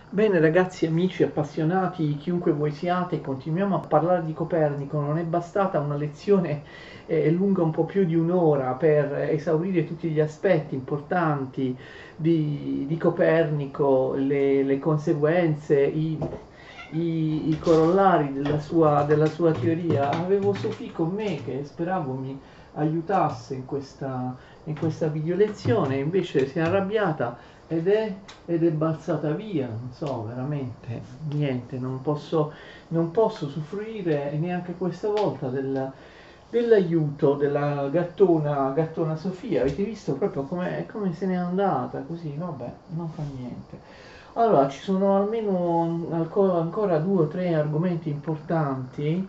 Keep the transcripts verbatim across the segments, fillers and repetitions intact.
Bene ragazzi, amici, appassionati, chiunque voi siate, continuiamo a parlare di Copernico. Non è bastata una lezione eh, lunga un po' più di un'ora per esaurire tutti gli aspetti importanti di, di Copernico, le, le conseguenze, i, i- i corollari della sua, della sua teoria. Avevo Sofì con me che speravo mi aiutasse in questa, in questa video lezione, invece si è arrabbiata ed è, ed è balzata via, non so, veramente niente, non posso, non posso soffrire neanche questa volta del- dell'aiuto della gattona, gattona Sofia. Avete visto proprio come, come se n'è andata così? Vabbè, non fa niente. Allora, ci sono almeno alco- ancora due o tre argomenti importanti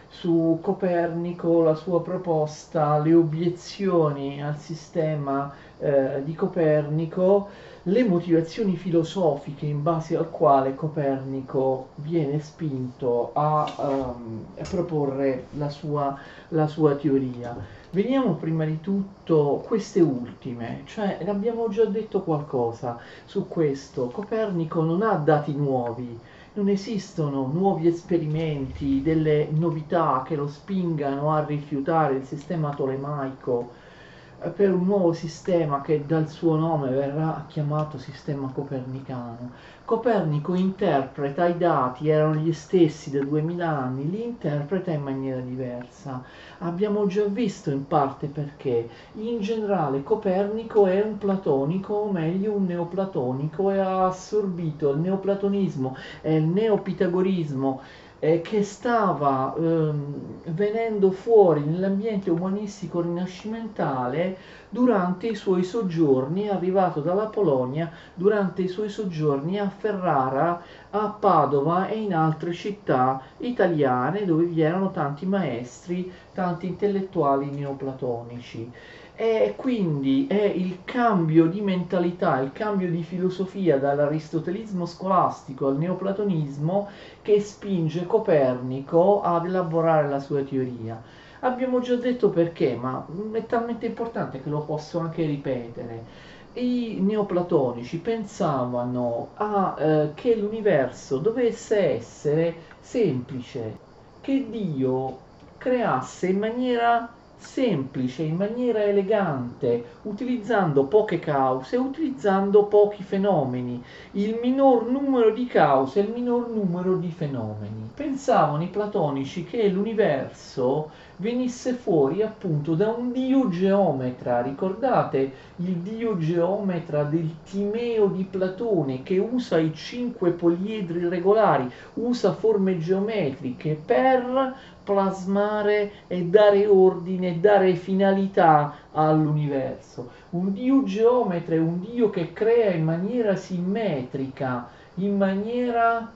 su Copernico, la sua proposta, le obiezioni al sistema eh, di Copernico, le motivazioni filosofiche in base al quale Copernico viene spinto a, ehm, a proporre la sua, la sua teoria. Veniamo prima di tutto queste ultime, cioè abbiamo già detto qualcosa su questo. Copernico non ha dati nuovi, non esistono nuovi esperimenti, delle novità che lo spingano a rifiutare il sistema tolemaico eh, per un nuovo sistema che dal suo nome verrà chiamato sistema copernicano. Copernico interpreta i dati, erano gli stessi da duemila anni, li interpreta in maniera diversa. Abbiamo già visto in parte perché. In generale Copernico è un platonico, o meglio un neoplatonico, e ha assorbito il neoplatonismo e il neopitagorismo eh, che stava ehm, venendo fuori nell'ambiente umanistico rinascimentale durante i suoi soggiorni, è arrivato dalla Polonia durante i suoi soggiorni a Ferrara, a Padova e in altre città italiane dove vi erano tanti maestri, tanti intellettuali neoplatonici. E quindi è il cambio di mentalità, il cambio di filosofia dall'aristotelismo scolastico al neoplatonismo che spinge Copernico ad elaborare la sua teoria. Abbiamo già detto perché, ma è talmente importante che lo posso anche ripetere. I neoplatonici pensavano a, eh, che l'universo dovesse essere semplice, che Dio creasse in maniera semplice, in maniera elegante, utilizzando poche cause, utilizzando pochi fenomeni, il minor numero di cause e il minor numero di fenomeni. Pensavano i platonici che l'universo venisse fuori appunto da un dio geometra. Ricordate il dio geometra del Timeo di Platone che usa i cinque poliedri regolari, usa forme geometriche per plasmare e dare ordine, dare finalità all'universo. Un dio geometra è un dio che crea in maniera simmetrica, in maniera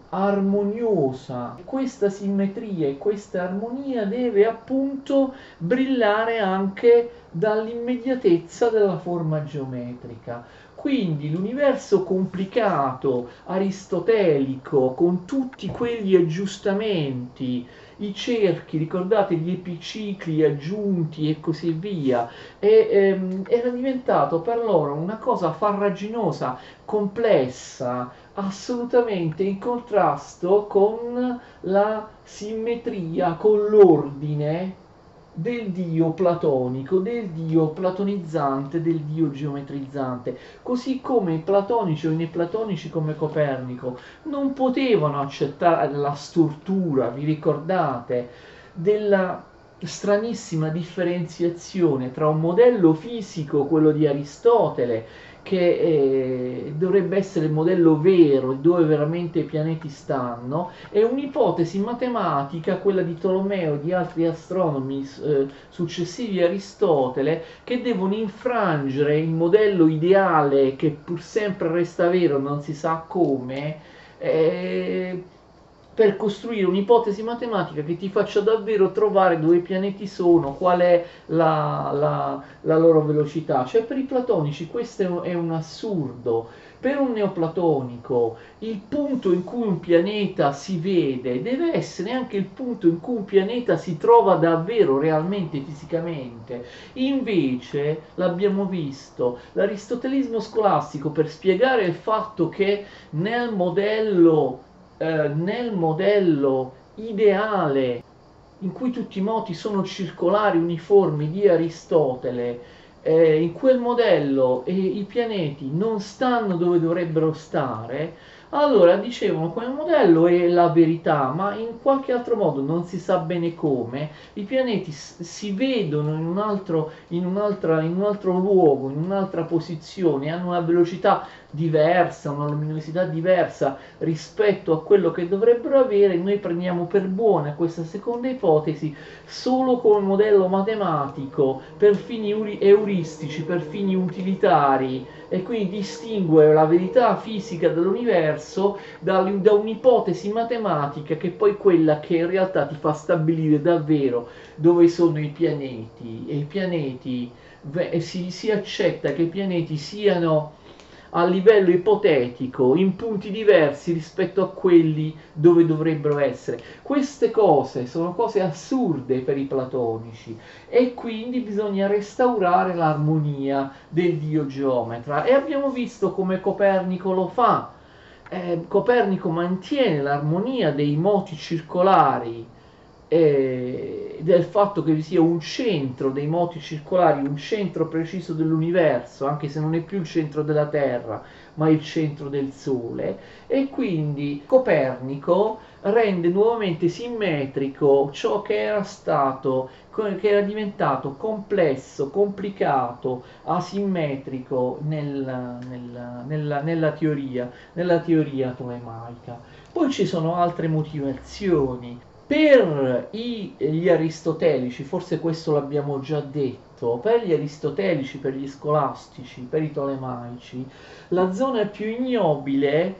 armoniosa. Questa simmetria e questa armonia deve appunto brillare anche dall'immediatezza della forma geometrica. Quindi l'universo complicato, aristotelico, con tutti quegli aggiustamenti, i cerchi, ricordate gli epicicli aggiunti e così via, e, ehm, era diventato per loro una cosa farraginosa, complessa, assolutamente in contrasto con la simmetria, con l'ordine del dio platonico, del dio platonizzante, del dio geometrizzante, così come i platonici o i neplatonici come Copernico non potevano accettare la stortura, vi ricordate, della stranissima differenziazione tra un modello fisico, quello di Aristotele, che eh, dovrebbe essere il modello vero, dove veramente i pianeti stanno, e un'ipotesi matematica, quella di Tolomeo e di altri astronomi eh, successivi a Aristotele, che devono infrangere il modello ideale, che pur sempre resta vero, non si sa come, eh, per costruire un'ipotesi matematica che ti faccia davvero trovare dove i pianeti sono, qual è la, la- la loro velocità. Cioè per i platonici questo è un, è un assurdo. Per un neoplatonico il punto in cui un pianeta si vede deve essere anche il punto in cui un pianeta si trova davvero, realmente, fisicamente. Invece, l'abbiamo visto, l'aristotelismo scolastico, per spiegare il fatto che nel modello eh, nel modello ideale in cui tutti i moti sono circolari uniformi di Aristotele, eh, in quel modello eh, i pianeti non stanno dove dovrebbero stare, allora dicevano quel modello è la verità, ma in qualche altro modo, non si sa bene come, i pianeti s- si vedono in un altro, in un'altra, in un altro luogo, in un'altra posizione, hanno una velocità diversa, una luminosità diversa rispetto a quello che dovrebbero avere. Noi prendiamo per buona questa seconda ipotesi solo come modello matematico per fini euristici, per fini utilitari, e quindi distinguere la verità fisica dell'universo da, da un'ipotesi matematica che è poi quella che in realtà ti fa stabilire davvero dove sono i pianeti. E i pianeti, si, si accetta che i pianeti siano a livello ipotetico in punti diversi rispetto a quelli dove dovrebbero essere. Queste cose sono cose assurde per i platonici e quindi bisogna restaurare l'armonia del dio geometra, e abbiamo visto come Copernico lo fa. Eh, Copernico mantiene l'armonia dei moti circolari, eh, del fatto che vi sia un centro dei moti circolari, un centro preciso dell'universo, anche se non è più il centro della Terra, ma il centro del Sole, e quindi Copernico rende nuovamente simmetrico ciò che era stato, che era diventato complesso, complicato, asimmetrico nel- nel- nella, nella teoria, nella teoria tolemaica. Poi ci sono altre motivazioni. Per i- gli aristotelici, forse questo l'abbiamo già detto, per gli aristotelici, per gli scolastici, per i tolemaici, la zona più ignobile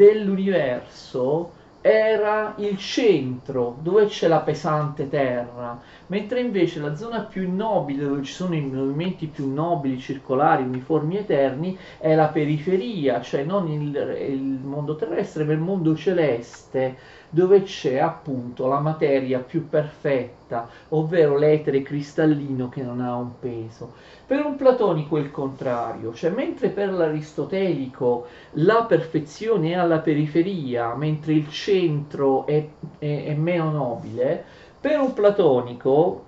dell'universo era il centro, dove c'è la pesante terra, mentre invece la zona più nobile, dove ci sono i movimenti più nobili, circolari, uniformi, eterni, è la periferia, cioè non il, il mondo terrestre, ma il mondo celeste, dove c'è appunto la materia più perfetta, ovvero l'etere cristallino che non ha un peso. Per un platonico è il contrario, cioè mentre per l'aristotelico la perfezione è alla periferia, mentre il centro è, è, è meno nobile, per un platonico,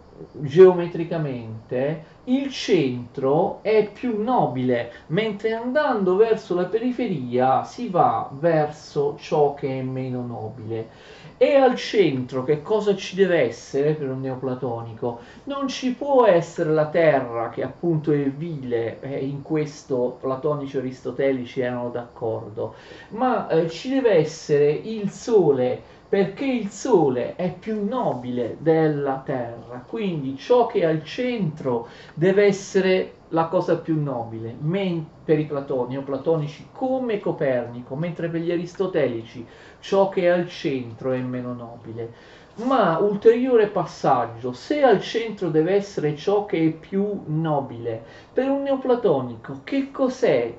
geometricamente, il centro è più nobile, mentre andando verso la periferia si va verso ciò che è meno nobile. E al centro che cosa ci deve essere per un neoplatonico? Non ci può essere la terra, che appunto è vile, e in questo platonici e aristotelici erano d'accordo, ma eh, ci deve essere il sole, perché il sole è più nobile della terra, quindi ciò che è al centro deve essere la cosa più nobile, men- per i platoni o platonici come Copernico, mentre per gli aristotelici ciò che è al centro è meno nobile. Ma ulteriore passaggio, se al centro deve essere ciò che è più nobile, per un neoplatonico che cos'è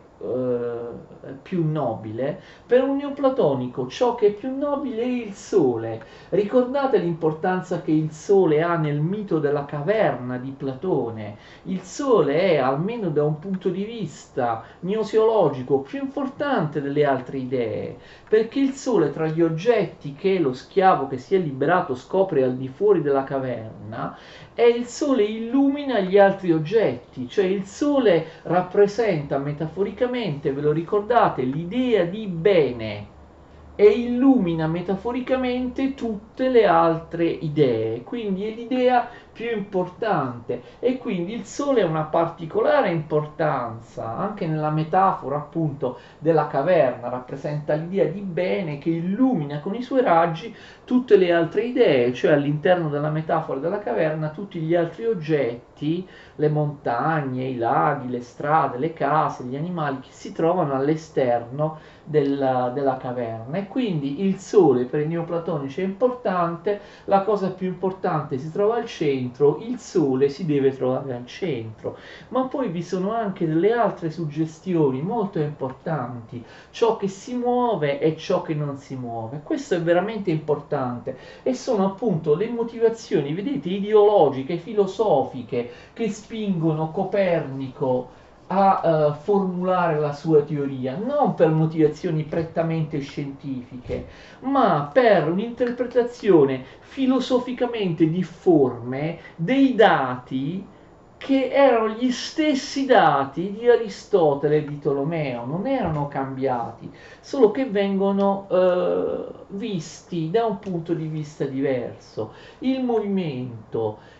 eh, più nobile? Per un neoplatonico ciò che è più nobile è il sole. Ricordate l'importanza che il sole ha nel mito della caverna di Platone. Il sole è, almeno da un punto di vista gnoseologico, più importante delle altre idee, perché il sole, tra gli oggetti che lo schiavo che si è liberato scopre al di fuori della caverna, è il sole illumina gli altri oggetti, cioè il sole rappresenta metaforicamente, ve lo ricordate, l'idea di bene, e illumina metaforicamente tutte le altre idee, quindi è l'idea più importante, e quindi il Sole ha una particolare importanza anche nella metafora appunto della caverna, rappresenta l'idea di bene che illumina con i suoi raggi tutte le altre idee, cioè all'interno della metafora della caverna tutti gli altri oggetti, le montagne, i laghi, le strade, le case, gli animali che si trovano all'esterno della, della caverna. E quindi il Sole per i neoplatonici è importante, la cosa più importante si trova al centro, il Sole si deve trovare al centro. Ma poi vi sono anche delle altre suggestioni molto importanti, ciò che si muove e ciò che non si muove. Questo è veramente importante, e sono appunto le motivazioni, vedete, ideologiche, filosofiche, che spingono Copernico a uh, formulare la sua teoria, non per motivazioni prettamente scientifiche, ma per un'interpretazione filosoficamente difforme dei dati che erano gli stessi dati di Aristotele e di Tolomeo, non erano cambiati, solo che vengono eh, visti da un punto di vista diverso. Il movimento,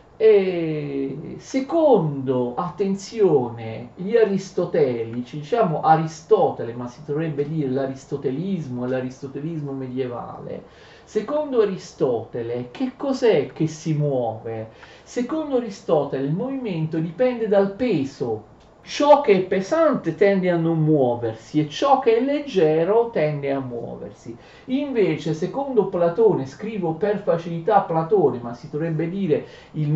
e secondo, attenzione, gli aristotelici, diciamo Aristotele, ma si dovrebbe dire l'aristotelismo e l'aristotelismo medievale, secondo Aristotele, che cos'è che si muove? Secondo Aristotele il movimento dipende dal peso. Ciò che è pesante tende a non muoversi e ciò che è leggero tende a muoversi. Invece, secondo Platone, scrivo per facilità Platone, ma si dovrebbe dire il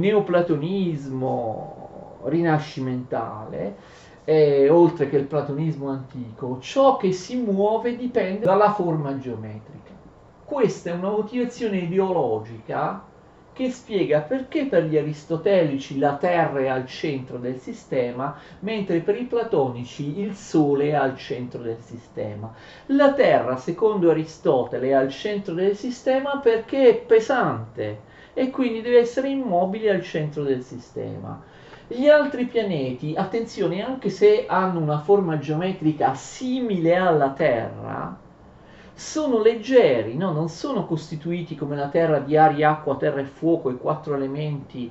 neoplatonismo rinascimentale, eh, oltre che il platonismo antico, ciò che si muove dipende dalla forma geometrica. Questa è una motivazione ideologica che spiega perché per gli aristotelici la Terra è al centro del sistema, mentre per i platonici il Sole è al centro del sistema. La Terra, secondo Aristotele, è al centro del sistema perché è pesante e quindi deve essere immobile al centro del sistema. Gli altri pianeti, attenzione, anche se hanno una forma geometrica simile alla Terra, sono leggeri, no? Non sono costituiti come la Terra di aria, acqua, terra e fuoco, i quattro elementi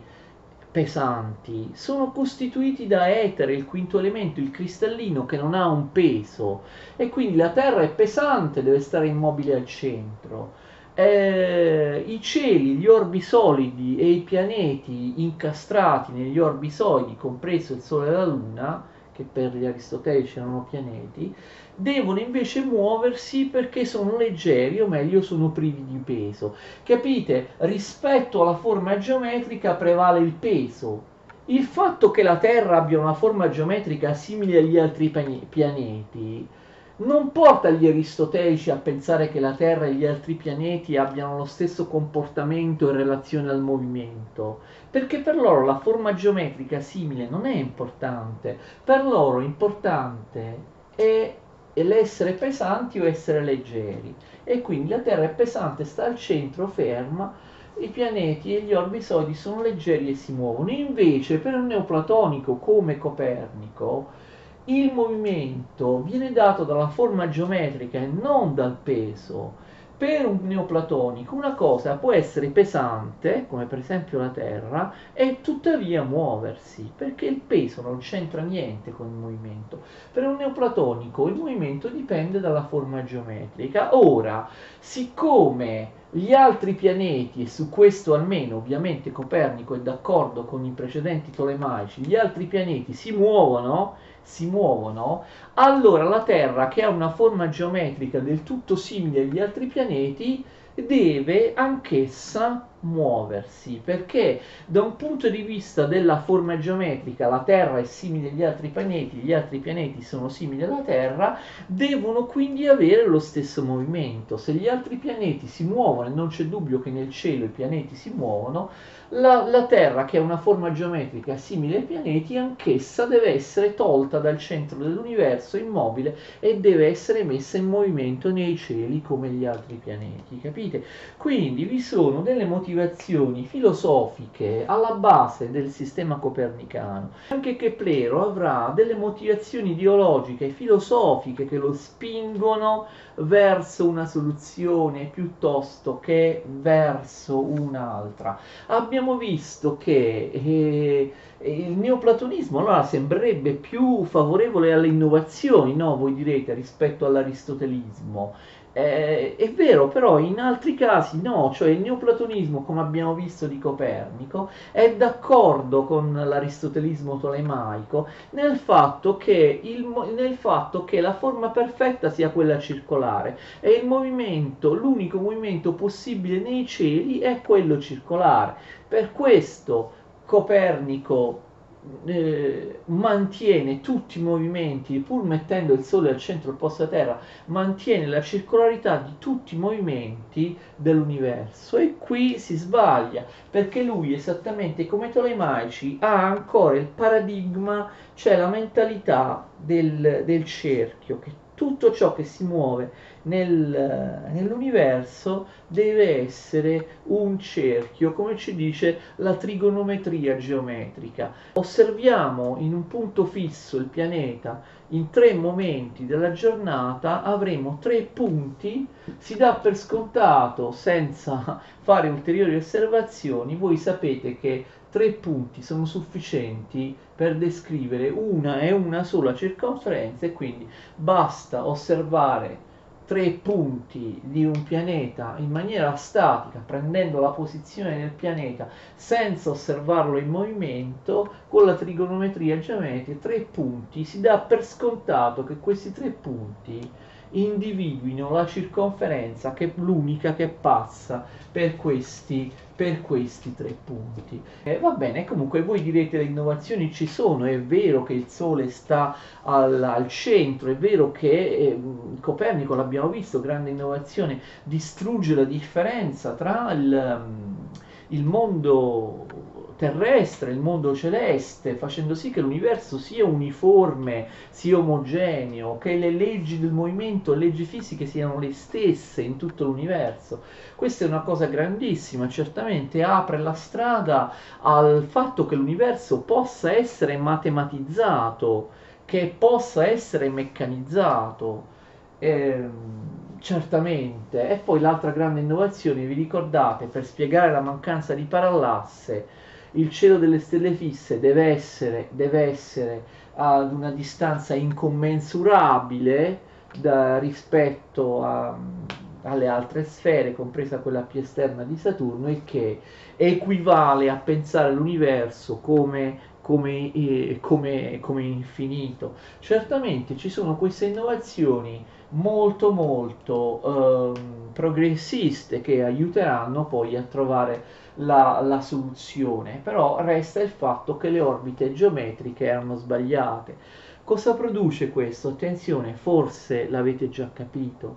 pesanti, sono costituiti da etere, il quinto elemento, il cristallino, che non ha un peso, e quindi la Terra è pesante, deve stare immobile al centro. Eh, i cieli, gli orbi solidi e i pianeti incastrati negli orbi solidi, compreso il Sole e la Luna, che per gli aristotelici erano pianeti, devono invece muoversi perché sono leggeri, o meglio sono privi di peso. Capite? Rispetto alla forma geometrica prevale il peso. Il fatto che la Terra abbia una forma geometrica simile agli altri pianeti non porta gli aristotelici a pensare che la Terra e gli altri pianeti abbiano lo stesso comportamento in relazione al movimento, perché per loro la forma geometrica simile non è importante, per loro importante è l'essere pesanti o essere leggeri, e quindi la Terra è pesante, sta al centro, ferma, i pianeti e gli orbi solidi sono leggeri e si muovono. Invece per un neoplatonico come Copernico il movimento viene dato dalla forma geometrica e non dal peso. Per un neoplatonico una cosa può essere pesante, come per esempio la Terra, e tuttavia muoversi, perché il peso non c'entra niente con il movimento. Per un neoplatonico il movimento dipende dalla forma geometrica. Ora, siccome gli altri pianeti, e su questo almeno ovviamente Copernico è d'accordo con i precedenti tolemaici, gli altri pianeti si muovono, si muovono, allora la Terra, che ha una forma geometrica del tutto simile agli altri pianeti, deve anch'essa muoversi, perché da un punto di vista della forma geometrica la Terra è simile agli altri pianeti, gli altri pianeti sono simili alla Terra, devono quindi avere lo stesso movimento. Se gli altri pianeti si muovono, e non c'è dubbio che nel cielo i pianeti si muovono, la, la Terra, che ha una forma geometrica simile ai pianeti, anch'essa deve essere tolta dal centro dell'universo, immobile, e deve essere messa in movimento nei cieli come gli altri pianeti, capite? Quindi vi sono delle motivazioni motivazioni filosofiche alla base del sistema copernicano. Anche Keplero avrà delle motivazioni ideologiche e filosofiche che lo spingono verso una soluzione piuttosto che verso un'altra. Abbiamo visto che eh, il neoplatonismo allora sembrerebbe più favorevole alle innovazioni, no? Voi direte, rispetto all'aristotelismo. Eh, è vero, però in altri casi no, cioè il neoplatonismo, come abbiamo visto di Copernico, è d'accordo con l'aristotelismo tolemaico nel fatto che, il, nel fatto che la forma perfetta sia quella circolare e il movimento, l'unico movimento possibile nei cieli è quello circolare. Per questo Copernico eh, mantiene tutti i movimenti, pur mettendo il Sole al centro opposto alla Terra, mantiene la circolarità di tutti i movimenti dell'universo, e qui si sbaglia, perché lui, esattamente come i tolemaici, ha ancora il paradigma, cioè la mentalità del, del cerchio, che tutto ciò che si muove nel, nell'universo deve essere un cerchio, come ci dice la trigonometria geometrica. Osserviamo in un punto fisso il pianeta in tre momenti della giornata, avremo tre punti, si dà per scontato senza fare ulteriori osservazioni. Voi sapete che tre punti sono sufficienti per descrivere una e una sola circonferenza, e quindi basta osservare tre punti di un pianeta in maniera statica, prendendo la posizione del pianeta senza osservarlo in movimento. Con la trigonometria geometrica, tre punti, si dà per scontato che questi tre punti individuino la circonferenza, che è l'unica che passa per questi, per questi tre punti. Eh, va bene, comunque voi direte le innovazioni ci sono, è vero che il Sole sta al, al centro, è vero che eh, Copernico, l'abbiamo visto, grande innovazione, distrugge la differenza tra il, il mondo terrestre, il mondo celeste, facendo sì che l'universo sia uniforme, sia omogeneo, che le leggi del movimento, le leggi fisiche siano le stesse in tutto l'universo. Questa è una cosa grandissima, certamente apre la strada al fatto che l'universo possa essere matematizzato, che possa essere meccanizzato. Eh, certamente. E poi l'altra grande innovazione, vi ricordate, per spiegare la mancanza di parallasse, il cielo delle stelle fisse deve essere, deve essere ad una distanza incommensurabile da, rispetto a, alle altre sfere, compresa quella più esterna di Saturno, e che equivale a pensare l'universo come, come, eh, come, come infinito. Certamente ci sono queste innovazioni molto molto ehm, progressiste, che aiuteranno poi a trovare la, la soluzione, però resta il fatto che le orbite geometriche erano sbagliate. Cosa produce questo? Attenzione, forse l'avete già capito.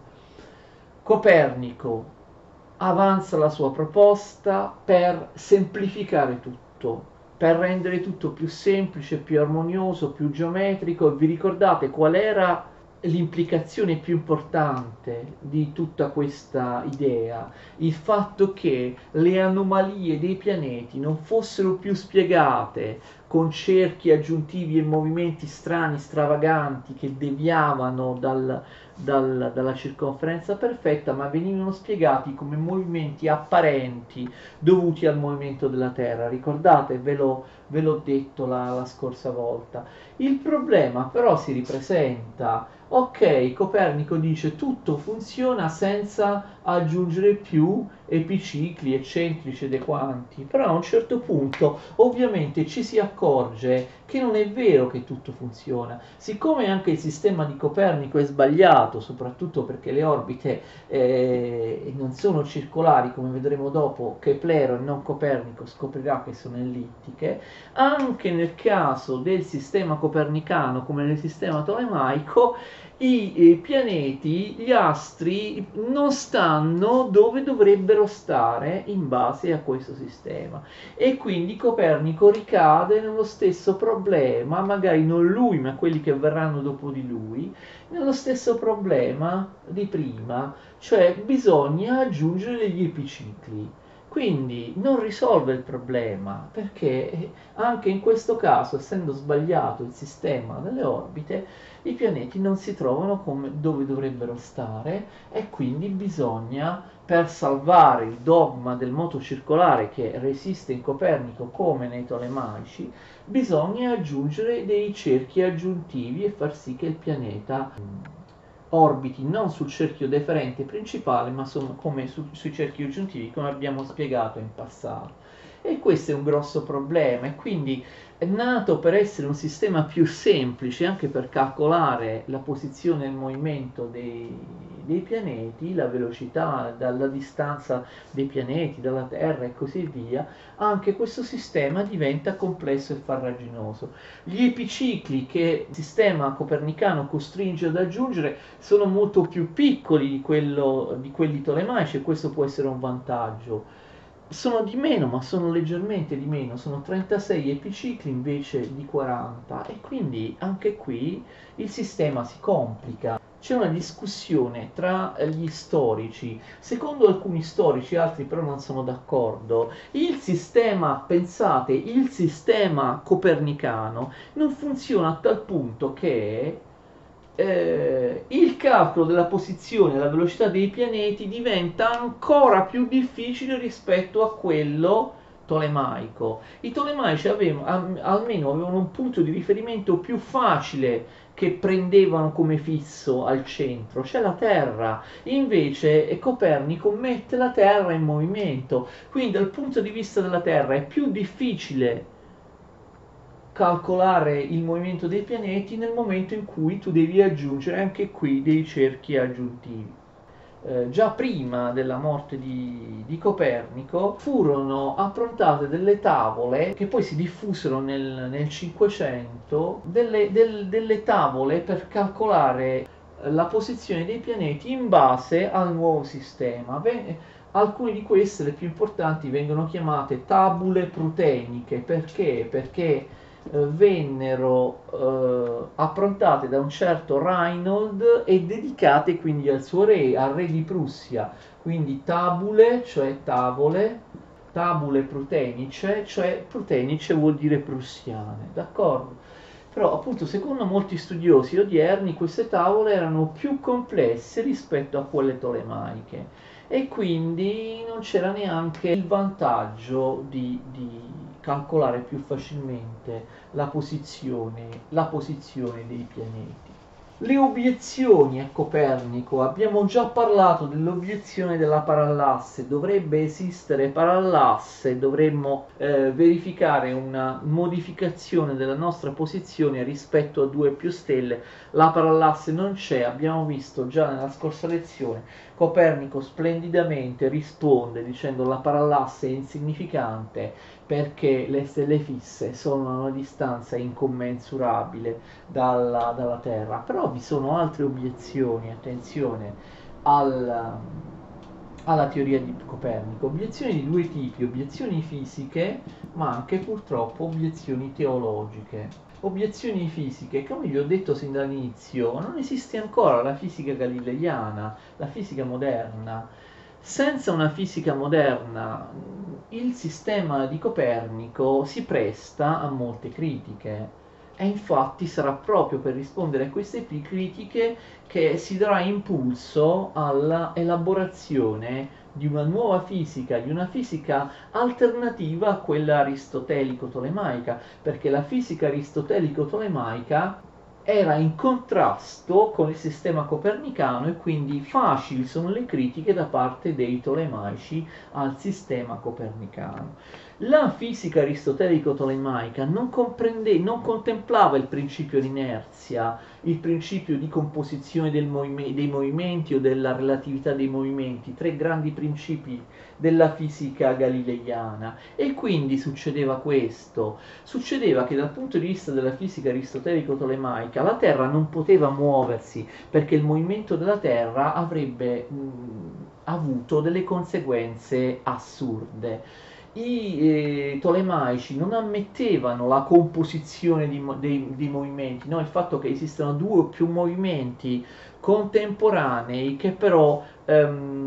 Copernico avanza la sua proposta per semplificare tutto, per rendere tutto più semplice, più armonioso, più geometrico. Vi ricordate qual era l'implicazione più importante di tutta questa idea? Il fatto che le anomalie dei pianeti non fossero più spiegate con cerchi aggiuntivi e movimenti strani, stravaganti, che deviavano dal, dal, dalla circonferenza perfetta, ma venivano spiegati come movimenti apparenti dovuti al movimento della Terra. Ricordate? Ve l'ho, ve l'ho detto la, la scorsa volta. Il problema però si ripresenta. Ok, Copernico dice tutto funziona senza aggiungere più epicicli, eccentrici ed equanti, però a un certo punto ovviamente ci si accorge che non è vero che tutto funziona. Siccome anche il sistema di Copernico è sbagliato, soprattutto perché le orbite eh, non sono circolari, come vedremo dopo, Keplero e non Copernico scoprirà che sono ellittiche, anche nel caso del sistema copernicano come nel sistema tolemaico, i eh, pianeti, gli astri non stanno dove dovrebbero stare in base a questo sistema, e quindi Copernico ricade nello stesso problema, magari non lui ma quelli che verranno dopo di lui, nello stesso problema di prima, cioè bisogna aggiungere degli epicicli. Quindi non risolve il problema, perché anche in questo caso, essendo sbagliato il sistema delle orbite, i pianeti non si trovano come dove dovrebbero stare, e quindi bisogna, per salvare il dogma del moto circolare che resiste in Copernico come nei Tolemaici, bisogna aggiungere dei cerchi aggiuntivi e far sì che il pianeta orbiti non sul cerchio deferente principale, ma sono come su, sui cerchi aggiuntivi, come abbiamo spiegato in passato. E questo è un grosso problema, e quindi è nato per essere un sistema più semplice anche per calcolare la posizione e il movimento dei, dei pianeti, la velocità, dalla distanza dei pianeti dalla Terra e così via. Anche questo sistema diventa complesso e farraginoso. Gli epicicli che il sistema copernicano costringe ad aggiungere sono molto più piccoli di, quello, di quelli tolemaici, e questo può essere un vantaggio. Sono di meno, ma sono leggermente di meno, sono trentasei epicicli invece di quaranta, e quindi anche qui il sistema si complica. C'è una discussione tra gli storici. Secondo alcuni storici, altri però non sono d'accordo, il sistema, pensate, il sistema copernicano non funziona a tal punto che eh, il calcolo della posizione e della velocità dei pianeti diventa ancora più difficile rispetto a quello tolemaico. I tolemaici avevano, am- almeno avevano un punto di riferimento più facile che prendevano come fisso al centro, c'è la Terra. Invece Copernico mette la Terra in movimento, quindi dal punto di vista della Terra è più difficile calcolare il movimento dei pianeti nel momento in cui tu devi aggiungere anche qui dei cerchi aggiuntivi. Eh, già prima della morte di, di Copernico furono approntate delle tavole che poi si diffusero nel, nel cinquecento, delle, del, delle tavole per calcolare la posizione dei pianeti in base al nuovo sistema. Beh, alcune di queste, le più importanti, vengono chiamate tabule pruteniche. Perché? Perché eh, vennero eh, approntate da un certo Reinhold e dedicate quindi al suo re, al re di Prussia. Quindi tabule, cioè tavole, tabule prutenice, cioè prutenice vuol dire prussiane, d'accordo? Però appunto secondo molti studiosi odierni queste tavole erano più complesse rispetto a quelle tolemaiche, e quindi non c'era neanche il vantaggio di, di calcolare più facilmente la posizione, la posizione dei pianeti. Le obiezioni a Copernico: abbiamo già parlato dell'obiezione della parallasse. Dovrebbe esistere parallasse, dovremmo eh, verificare una modificazione della nostra posizione rispetto a due più stelle. La parallasse non c'è, abbiamo visto già nella scorsa lezione. Copernico splendidamente risponde dicendo la parallasse è insignificante perché le stelle fisse sono a una distanza incommensurabile dalla, dalla Terra. Però vi sono altre obiezioni, attenzione, al, alla teoria di Copernico, obiezioni di due tipi: obiezioni fisiche, ma anche purtroppo obiezioni teologiche. Obiezioni fisiche: come vi ho detto sin dall'inizio, non esiste ancora la fisica galileiana, la fisica moderna. Senza una fisica moderna, il sistema di Copernico si presta a molte critiche, e infatti sarà proprio per rispondere a queste critiche che si darà impulso alla elaborazione di una nuova fisica, di una fisica alternativa a quella aristotelico-tolemaica, perché la fisica aristotelico-tolemaica era in contrasto con il sistema copernicano, e quindi facili sono le critiche da parte dei tolemaici al sistema copernicano. La fisica aristotelico-tolemaica non comprende, non contemplava il principio di inerzia, il principio di composizione del movime- dei movimenti o della relatività dei movimenti, tre grandi principi della fisica galileiana. E quindi succedeva questo: succedeva che dal punto di vista della fisica aristotelico-tolemaica la Terra non poteva muoversi, perché il movimento della Terra avrebbe mh, avuto delle conseguenze assurde. I eh, tolemaici non ammettevano la composizione di, dei, dei movimenti, no? Il fatto che esistano due o più movimenti contemporanei che però ehm,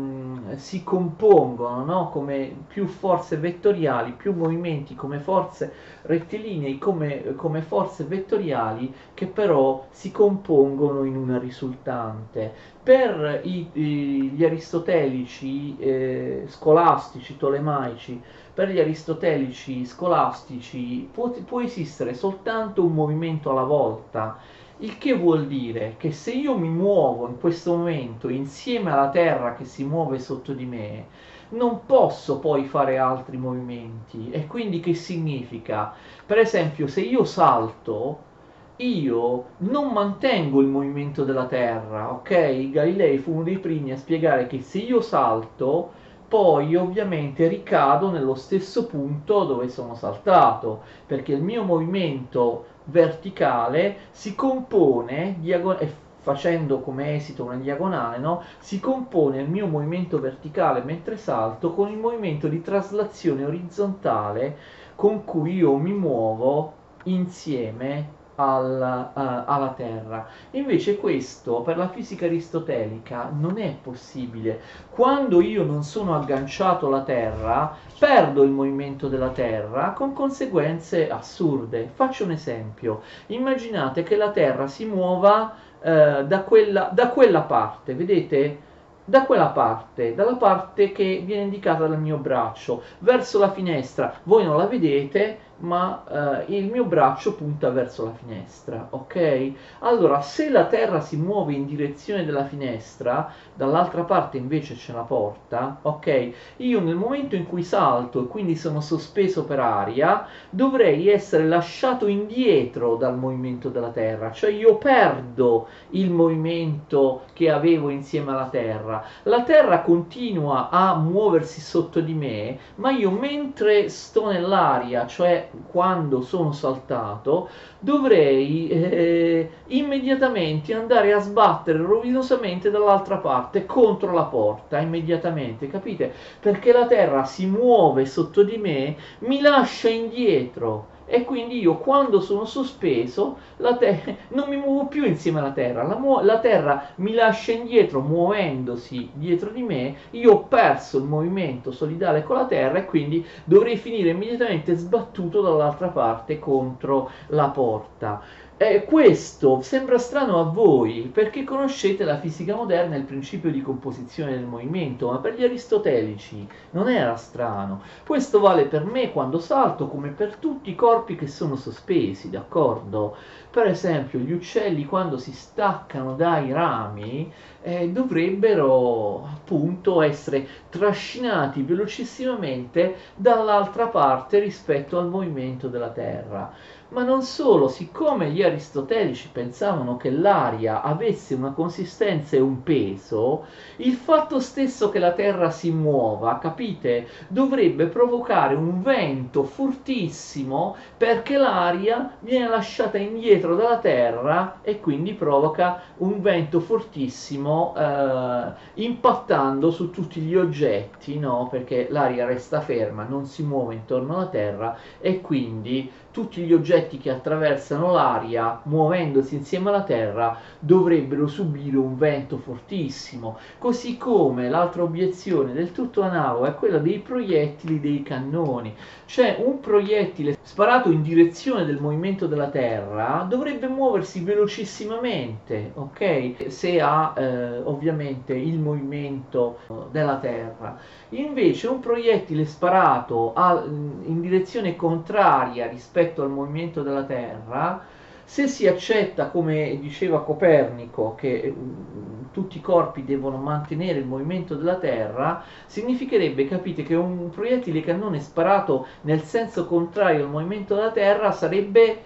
si compongono, no? Come più forze vettoriali, più movimenti come forze rettilinei, come, come forze vettoriali che però si compongono in una risultante. Per i, i, gli aristotelici eh, scolastici, tolemaici, per gli aristotelici scolastici può, può esistere soltanto un movimento alla volta, il che vuol dire che se io mi muovo in questo momento insieme alla Terra che si muove sotto di me, non posso poi fare altri movimenti. E quindi che significa? Per esempio, se io salto, io non mantengo il movimento della Terra, ok? Galilei fu uno dei primi a spiegare che se io salto, poi ovviamente ricado nello stesso punto dove sono saltato, perché il mio movimento verticale si compone, diago- e facendo come esito una diagonale, no? Si compone il mio movimento verticale mentre salto con il movimento di traslazione orizzontale con cui io mi muovo insieme alla, uh, alla Terra. Invece questo per la fisica aristotelica non è possibile. Quando io non sono agganciato alla Terra, perdo il movimento della Terra con conseguenze assurde. Faccio un esempio. Immaginate che la Terra si muova eh, da quella, da quella parte, vedete? Da quella parte, dalla parte che viene indicata dal mio braccio, verso la finestra. Voi non la vedete, ma eh, il mio braccio punta verso la finestra, ok? Allora, se la Terra si muove in direzione della finestra, dall'altra parte invece c'è la porta, ok? Io nel momento in cui salto e quindi sono sospeso per aria, dovrei essere lasciato indietro dal movimento della Terra, cioè io perdo il movimento che avevo insieme alla Terra. La Terra continua a muoversi sotto di me, ma io mentre sto nell'aria, cioè quando sono saltato, dovrei eh, immediatamente andare a sbattere rovinosamente dall'altra parte contro la porta, immediatamente, capite? Perché la Terra si muove sotto di me, mi lascia indietro. E quindi io quando sono sospeso la te- non mi muovo più insieme alla Terra, la, mu- la Terra mi lascia indietro muovendosi dietro di me, io ho perso il movimento solidale con la Terra e quindi dovrei finire immediatamente sbattuto dall'altra parte contro la porta. Eh, questo sembra strano a voi perché conoscete la fisica moderna e il principio di composizione del movimento, ma per gli aristotelici non era strano. Questo vale per me quando salto come per tutti i corpi che sono sospesi, d'accordo? Per esempio, gli uccelli quando si staccano dai rami eh, dovrebbero appunto essere trascinati velocissimamente dall'altra parte rispetto al movimento della Terra. Ma non solo, siccome gli aristotelici pensavano che l'aria avesse una consistenza e un peso, il fatto stesso che la Terra si muova, capite, dovrebbe provocare un vento fortissimo perché l'aria viene lasciata indietro dalla Terra e quindi provoca un vento fortissimo eh, impattando su tutti gli oggetti, no? Perché l'aria resta ferma, non si muove intorno alla Terra e quindi tutti gli oggetti che attraversano l'aria, muovendosi insieme alla Terra, dovrebbero subire un vento fortissimo. Così come l'altra obiezione del tutto analoga è quella dei proiettili dei cannoni. Cioè un proiettile sparato in direzione del movimento della Terra dovrebbe muoversi velocissimamente, ok? Se ha eh, ovviamente il movimento della Terra. Invece un proiettile sparato a, in direzione contraria rispetto al movimento della Terra, se si accetta, come diceva Copernico, che mh, tutti i corpi devono mantenere il movimento della Terra, significherebbe, capite, che un proiettile cannone sparato nel senso contrario al movimento della Terra sarebbe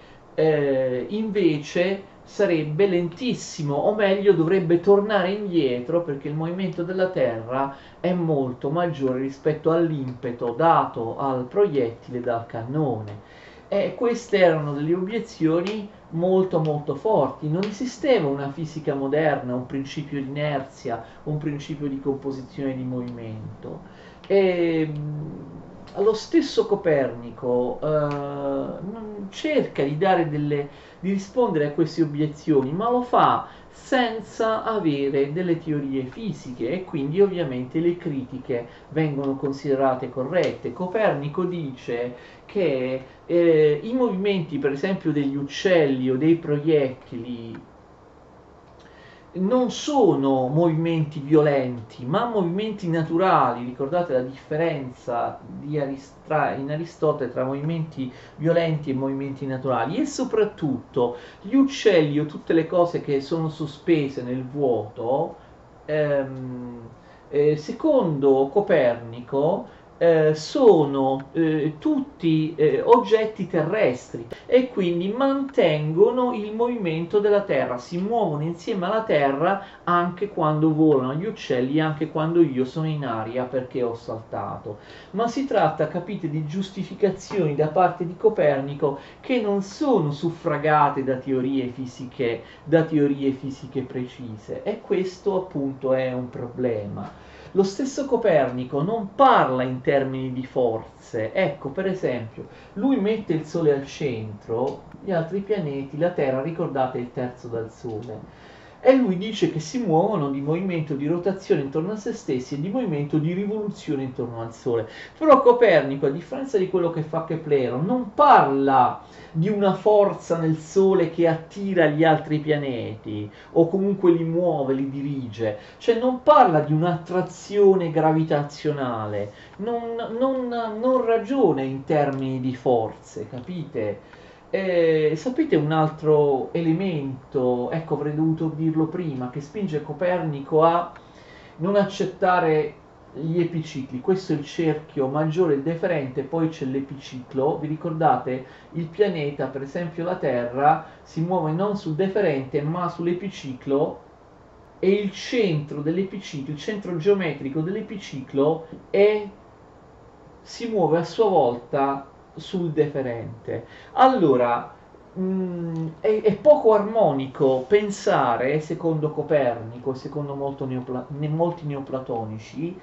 eh, invece sarebbe lentissimo, o meglio dovrebbe tornare indietro perché il movimento della Terra è molto maggiore rispetto all'impeto dato al proiettile dal cannone. E queste erano delle obiezioni molto molto forti. Non esisteva una fisica moderna, un principio di inerzia, un principio di composizione di movimento. E mh, lo stesso Copernico eh, non cerca di dare delle, di rispondere a queste obiezioni, ma lo fa senza avere delle teorie fisiche, e quindi ovviamente le critiche vengono considerate corrette. Copernico dice che eh, i movimenti, per esempio, degli uccelli o dei proiettili non sono movimenti violenti, ma movimenti naturali. Ricordate la differenza di Aristra- in Aristotele tra movimenti violenti e movimenti naturali. E soprattutto gli uccelli o tutte le cose che sono sospese nel vuoto, ehm, eh, secondo Copernico, eh, sono eh, tutti eh, oggetti terrestri e quindi mantengono il movimento della Terra, si muovono insieme alla Terra anche quando volano gli uccelli, anche quando io sono in aria perché ho saltato. Ma si tratta, capite, di giustificazioni da parte di Copernico che non sono suffragate da teorie fisiche, da teorie fisiche precise, e questo appunto è un problema. Lo stesso Copernico non parla in termini di forze. Ecco, per esempio, lui mette il Sole al centro, gli altri pianeti, la Terra, ricordate, è il terzo dal Sole. E lui dice che si muovono di movimento di rotazione intorno a se stessi e di movimento di rivoluzione intorno al Sole. Però Copernico, a differenza di quello che fa Keplero, non parla di una forza nel Sole che attira gli altri pianeti o comunque li muove, li dirige, cioè non parla di un'attrazione gravitazionale, non, non, non ragiona in termini di forze, capite? Eh, sapete un altro elemento, ecco, avrei dovuto dirlo prima, che spinge Copernico a non accettare gli epicicli? Questo è il cerchio maggiore e deferente, poi c'è l'epiciclo. Vi ricordate? Il pianeta, per esempio la Terra, si muove non sul deferente ma sull'epiciclo, e il centro dell'epiciclo, il centro geometrico dell'epiciclo è, si muove a sua volta sul deferente. Allora, mh, è, è poco armonico pensare, secondo Copernico, secondo molto neopla- ne- molti neoplatonici,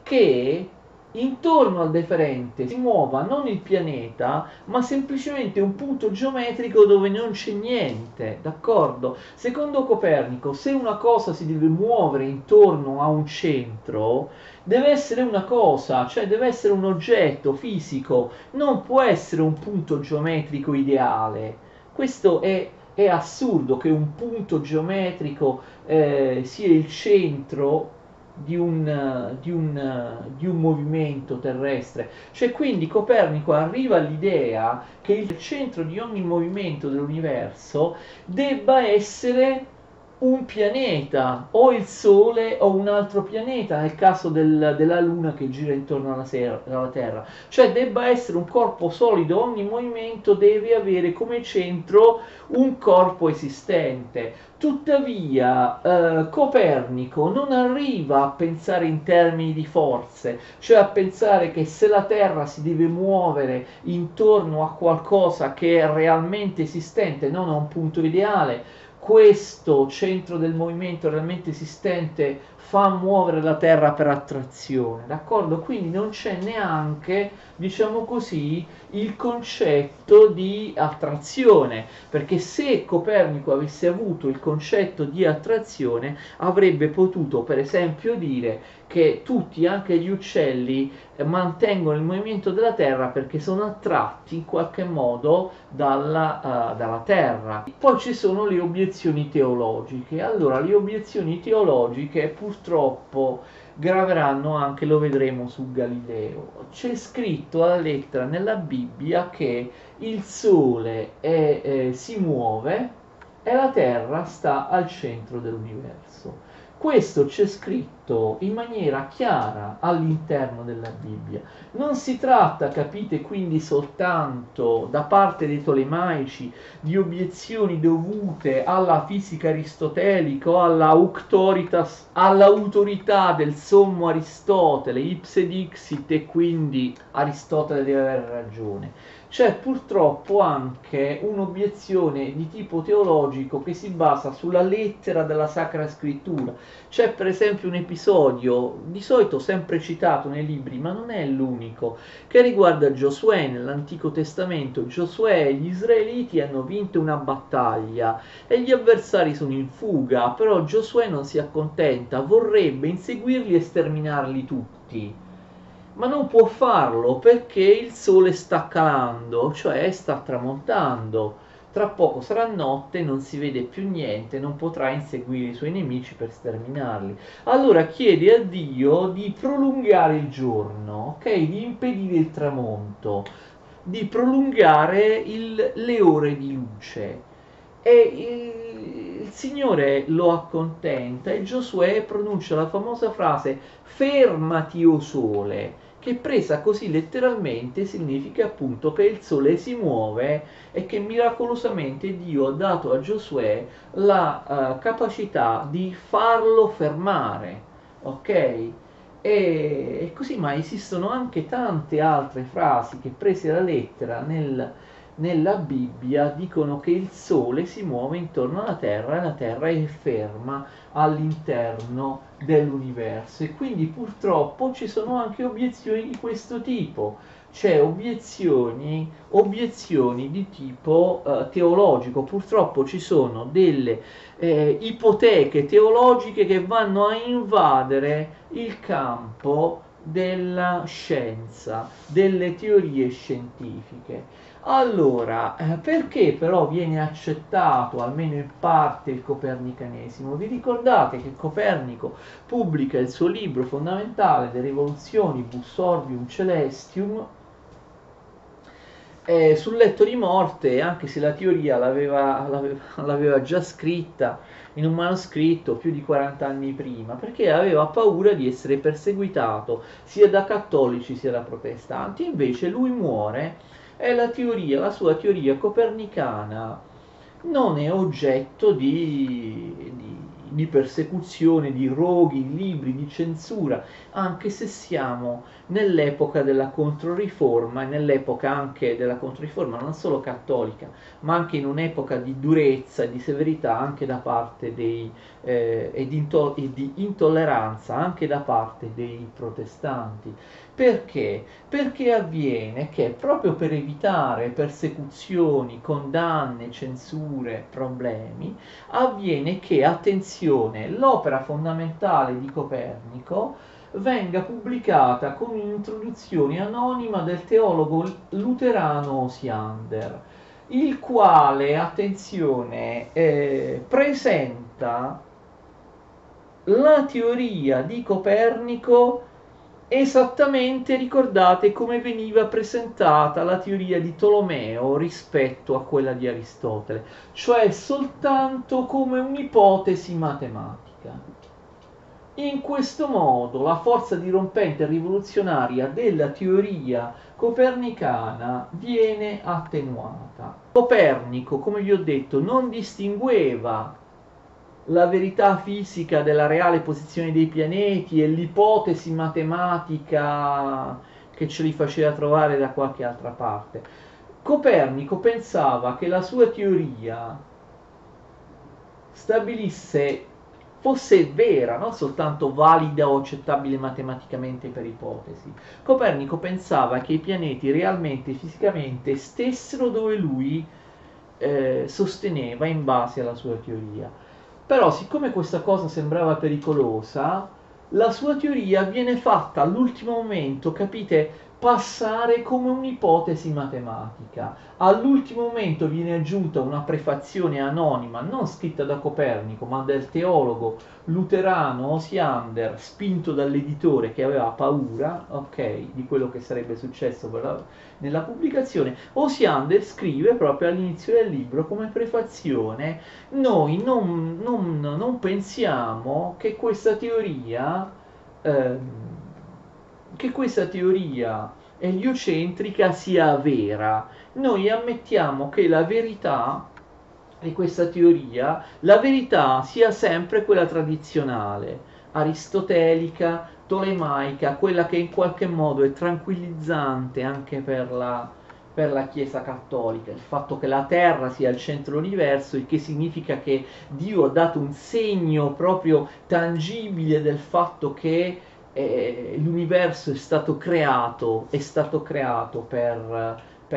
che intorno al deferente si muova non il pianeta, ma semplicemente un punto geometrico dove non c'è niente, d'accordo? Secondo Copernico, se una cosa si deve muovere intorno a un centro, deve essere una cosa, cioè deve essere un oggetto fisico, non può essere un punto geometrico ideale. Questo è, è assurdo che un punto geometrico eh, sia il centro di un, di, un, di un movimento terrestre. Cioè, quindi Copernico arriva all'idea che il centro di ogni movimento dell'universo debba essere un pianeta, o il Sole o un altro pianeta, nel caso del- della Luna che gira intorno alla, ser- alla Terra. Cioè debba essere un corpo solido, ogni movimento deve avere come centro un corpo esistente. Tuttavia, eh, Copernico non arriva a pensare in termini di forze, cioè a pensare che se la Terra si deve muovere intorno a qualcosa che è realmente esistente, non a un punto ideale, questo centro del movimento realmente esistente fa muovere la Terra per attrazione, d'accordo? Quindi non c'è neanche, diciamo così, il concetto di attrazione, perché se Copernico avesse avuto il concetto di attrazione, avrebbe potuto, per esempio, dire che tutti, anche gli uccelli, eh, mantengono il movimento della Terra perché sono attratti in qualche modo dalla, uh, dalla Terra. Poi ci sono le obiezioni teologiche. Allora, le obiezioni teologiche purtroppo graveranno anche, lo vedremo, su Galileo. C'è scritto alla lettera nella Bibbia che il Sole è, eh, si muove e la Terra sta al centro dell'universo. Questo c'è scritto in maniera chiara all'interno della Bibbia. Non si tratta, capite, quindi soltanto da parte dei tolemaici di obiezioni dovute alla fisica aristotelica o alla auctoritas, all'autorità del sommo Aristotele, ipse dixit, e quindi Aristotele deve avere ragione. C'è purtroppo anche un'obiezione di tipo teologico che si basa sulla lettera della Sacra Scrittura, C'è per esempio un episodio, di solito sempre citato nei libri, ma non è l'unico, che riguarda Giosuè nell'Antico Testamento. Giosuè e gli israeliti hanno vinto una battaglia e gli avversari sono in fuga, però Giosuè non si accontenta, vorrebbe inseguirli e sterminarli tutti. Ma non può farlo perché il sole sta calando, cioè sta tramontando. Tra poco sarà notte, non si vede più niente, non potrà inseguire i suoi nemici per sterminarli. Allora chiede a Dio di prolungare il giorno, ok? Di impedire il tramonto, di prolungare il- le ore di luce. E il, il Signore lo accontenta e Giosuè pronuncia la famosa frase fermati o sole, che presa così letteralmente significa appunto che il sole si muove e che miracolosamente Dio ha dato a Giosuè la uh, capacità di farlo fermare, ok? E, e così, ma esistono anche tante altre frasi che prese alla lettera nel, nella Bibbia dicono che il sole si muove intorno alla terra e la terra è ferma all'interno dell'universo, e quindi purtroppo ci sono anche obiezioni di questo tipo. C'è obiezioni, obiezioni di tipo eh, teologico. Purtroppo ci sono delle eh, ipoteche teologiche che vanno a invadere il campo della scienza, delle teorie scientifiche. Allora, eh, perché però viene accettato almeno in parte il copernicanesimo? Vi ricordate che Copernico pubblica il suo libro fondamentale De Revolutionnibus Orbium Celestium eh, sul letto di morte, anche se la teoria l'aveva, l'aveva, l'aveva già scritta in un manoscritto più di quaranta anni prima, perché aveva paura di essere perseguitato sia da cattolici sia da protestanti. Invece lui muore e la teoria, la sua teoria copernicana non è oggetto di, di, di persecuzione, di roghi, di libri, di censura, anche se siamo nell'epoca della Controriforma, e nell'epoca anche della Controriforma non solo cattolica, ma anche in un'epoca di durezza e di severità anche da parte dei, eh, e, di into- e di intolleranza anche da parte dei protestanti. Perché? Perché avviene che proprio per evitare persecuzioni, condanne, censure, problemi, avviene che, attenzione, l'opera fondamentale di Copernico venga pubblicata con un'introduzione anonima del teologo luterano Osiander, il quale, attenzione, eh, presenta la teoria di Copernico esattamente, ricordate come veniva presentata la teoria di Tolomeo rispetto a quella di Aristotele, cioè soltanto come un'ipotesi matematica. In questo modo la forza dirompente e rivoluzionaria della teoria copernicana viene attenuata. Copernico, come vi ho detto, non distingueva la verità fisica della reale posizione dei pianeti e l'ipotesi matematica che ce li faceva trovare da qualche altra parte. Copernico pensava che la sua teoria stabilisse, fosse vera, non soltanto valida o accettabile matematicamente per ipotesi. Copernico pensava che i pianeti realmente fisicamente stessero dove lui eh, sosteneva in base alla sua teoria. Però, siccome questa cosa sembrava pericolosa, la sua teoria viene fatta all'ultimo momento, capite, passare come un'ipotesi matematica. All'ultimo momento viene aggiunta una prefazione anonima, non scritta da Copernico, ma del teologo luterano Osiander, spinto dall'editore che aveva paura, ok, di quello che sarebbe successo per la, nella pubblicazione. Osiander scrive proprio all'inizio del libro come prefazione: noi non, non, non pensiamo che questa teoria ehm, che questa teoria eliocentrica sia vera. Noi ammettiamo che la verità di questa teoria, la verità sia sempre quella tradizionale, aristotelica, tolemaica, quella che in qualche modo è tranquillizzante anche per la per la Chiesa cattolica, il fatto che la Terra sia il centro dell'universo, il che significa che Dio ha dato un segno proprio tangibile del fatto che eh, l'universo è stato creato, è stato creato per,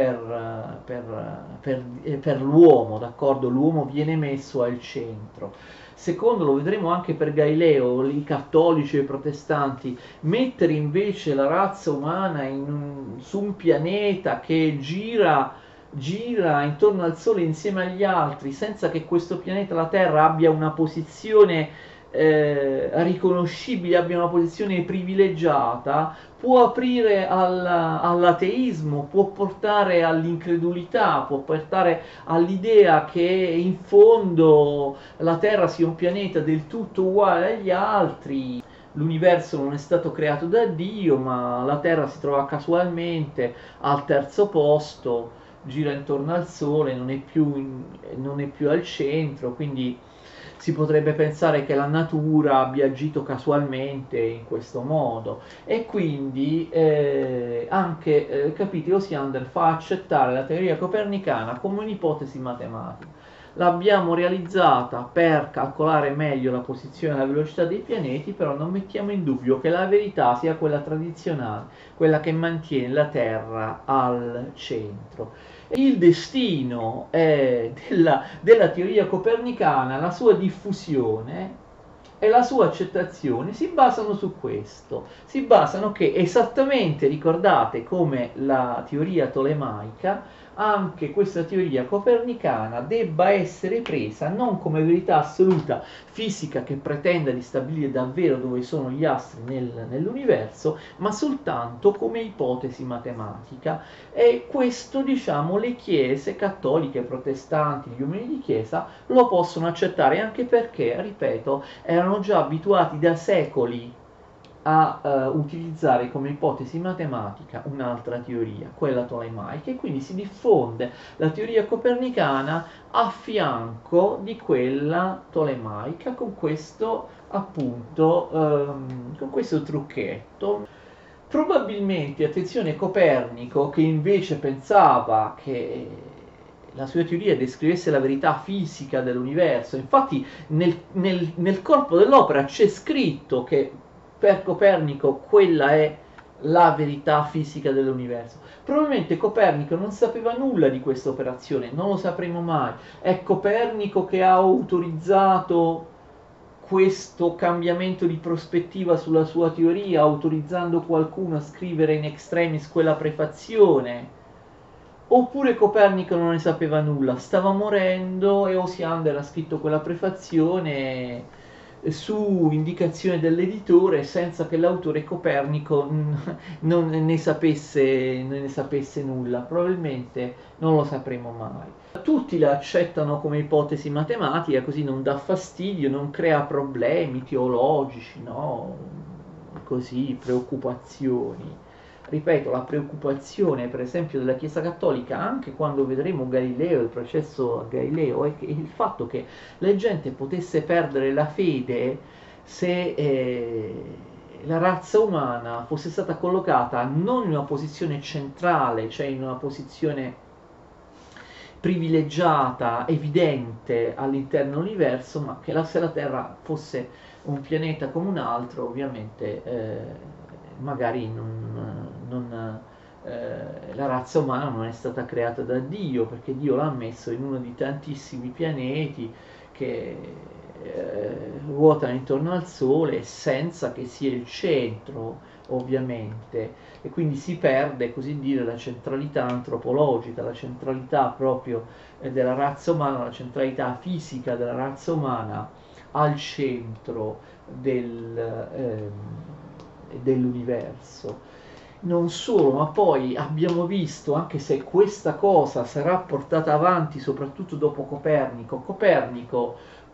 per, per, per, eh, per l'uomo, d'accordo? L'uomo viene messo al centro. Secondo, lo vedremo anche per Galileo, i cattolici e i protestanti, mettere invece la razza umana in un, su un pianeta che gira, gira intorno al Sole insieme agli altri, senza che questo pianeta, la Terra, abbia una posizione eh, riconoscibile, abbia una posizione privilegiata, può aprire al, all'ateismo, può portare all'incredulità, può portare all'idea che in fondo la Terra sia un pianeta del tutto uguale agli altri. L'universo non è stato creato da Dio, ma la Terra si trova casualmente al terzo posto, gira intorno al Sole, non è più, in, non è più al centro, quindi si potrebbe pensare che la natura abbia agito casualmente in questo modo, e quindi eh, anche eh, capite, Osiander fa accettare la teoria copernicana come un'ipotesi matematica. L'abbiamo realizzata per calcolare meglio la posizione e la velocità dei pianeti, però non mettiamo in dubbio che la verità sia quella tradizionale, quella che mantiene la Terra al centro. Il destino eh, della, della teoria copernicana, la sua diffusione e la sua accettazione si basano su questo, si basano che esattamente, ricordate, come la teoria tolemaica, anche questa teoria copernicana debba essere presa non come verità assoluta fisica che pretenda di stabilire davvero dove sono gli astri nel, nell'universo, ma soltanto come ipotesi matematica. E questo, diciamo, le chiese cattoliche, protestanti, gli uomini di chiesa lo possono accettare, anche perché, ripeto, erano già abituati da secoli a uh, utilizzare come ipotesi matematica un'altra teoria, quella tolemaica, e quindi si diffonde la teoria copernicana a fianco di quella tolemaica con questo, appunto, um, con questo trucchetto. Probabilmente, attenzione, Copernico, che invece pensava che la sua teoria descrivesse la verità fisica dell'universo, infatti nel, nel, nel corpo dell'opera c'è scritto che per Copernico quella è la verità fisica dell'universo. Probabilmente Copernico non sapeva nulla di questa operazione, non lo sapremo mai. È Copernico che ha autorizzato questo cambiamento di prospettiva sulla sua teoria, autorizzando qualcuno a scrivere in extremis quella prefazione. Oppure Copernico non ne sapeva nulla, stava morendo e Osiander ha scritto quella prefazione su indicazione dell'editore senza che l'autore Copernico non ne sapesse, non ne sapesse nulla. Probabilmente non lo sapremo mai. Tutti la accettano come ipotesi matematica, così non dà fastidio, non crea problemi teologici, no? Così, preoccupazioni. Ripeto, la preoccupazione per esempio della Chiesa Cattolica, anche quando vedremo Galileo, il processo a Galileo, è che il fatto che la gente potesse perdere la fede se eh, la razza umana fosse stata collocata non in una posizione centrale, cioè in una posizione privilegiata, evidente all'interno dell'universo, ma che la, se la Terra fosse un pianeta come un altro, ovviamente eh, magari non, non, eh, la razza umana non è stata creata da Dio, perché Dio l'ha messo in uno di tantissimi pianeti che eh, ruotano intorno al Sole senza che sia il centro, ovviamente, e quindi si perde, così dire, la centralità antropologica, la centralità proprio eh, della razza umana, la centralità fisica della razza umana al centro del, eh, dell'universo. Non solo, ma poi abbiamo visto, anche se questa cosa sarà portata avanti soprattutto dopo Copernico, Copernico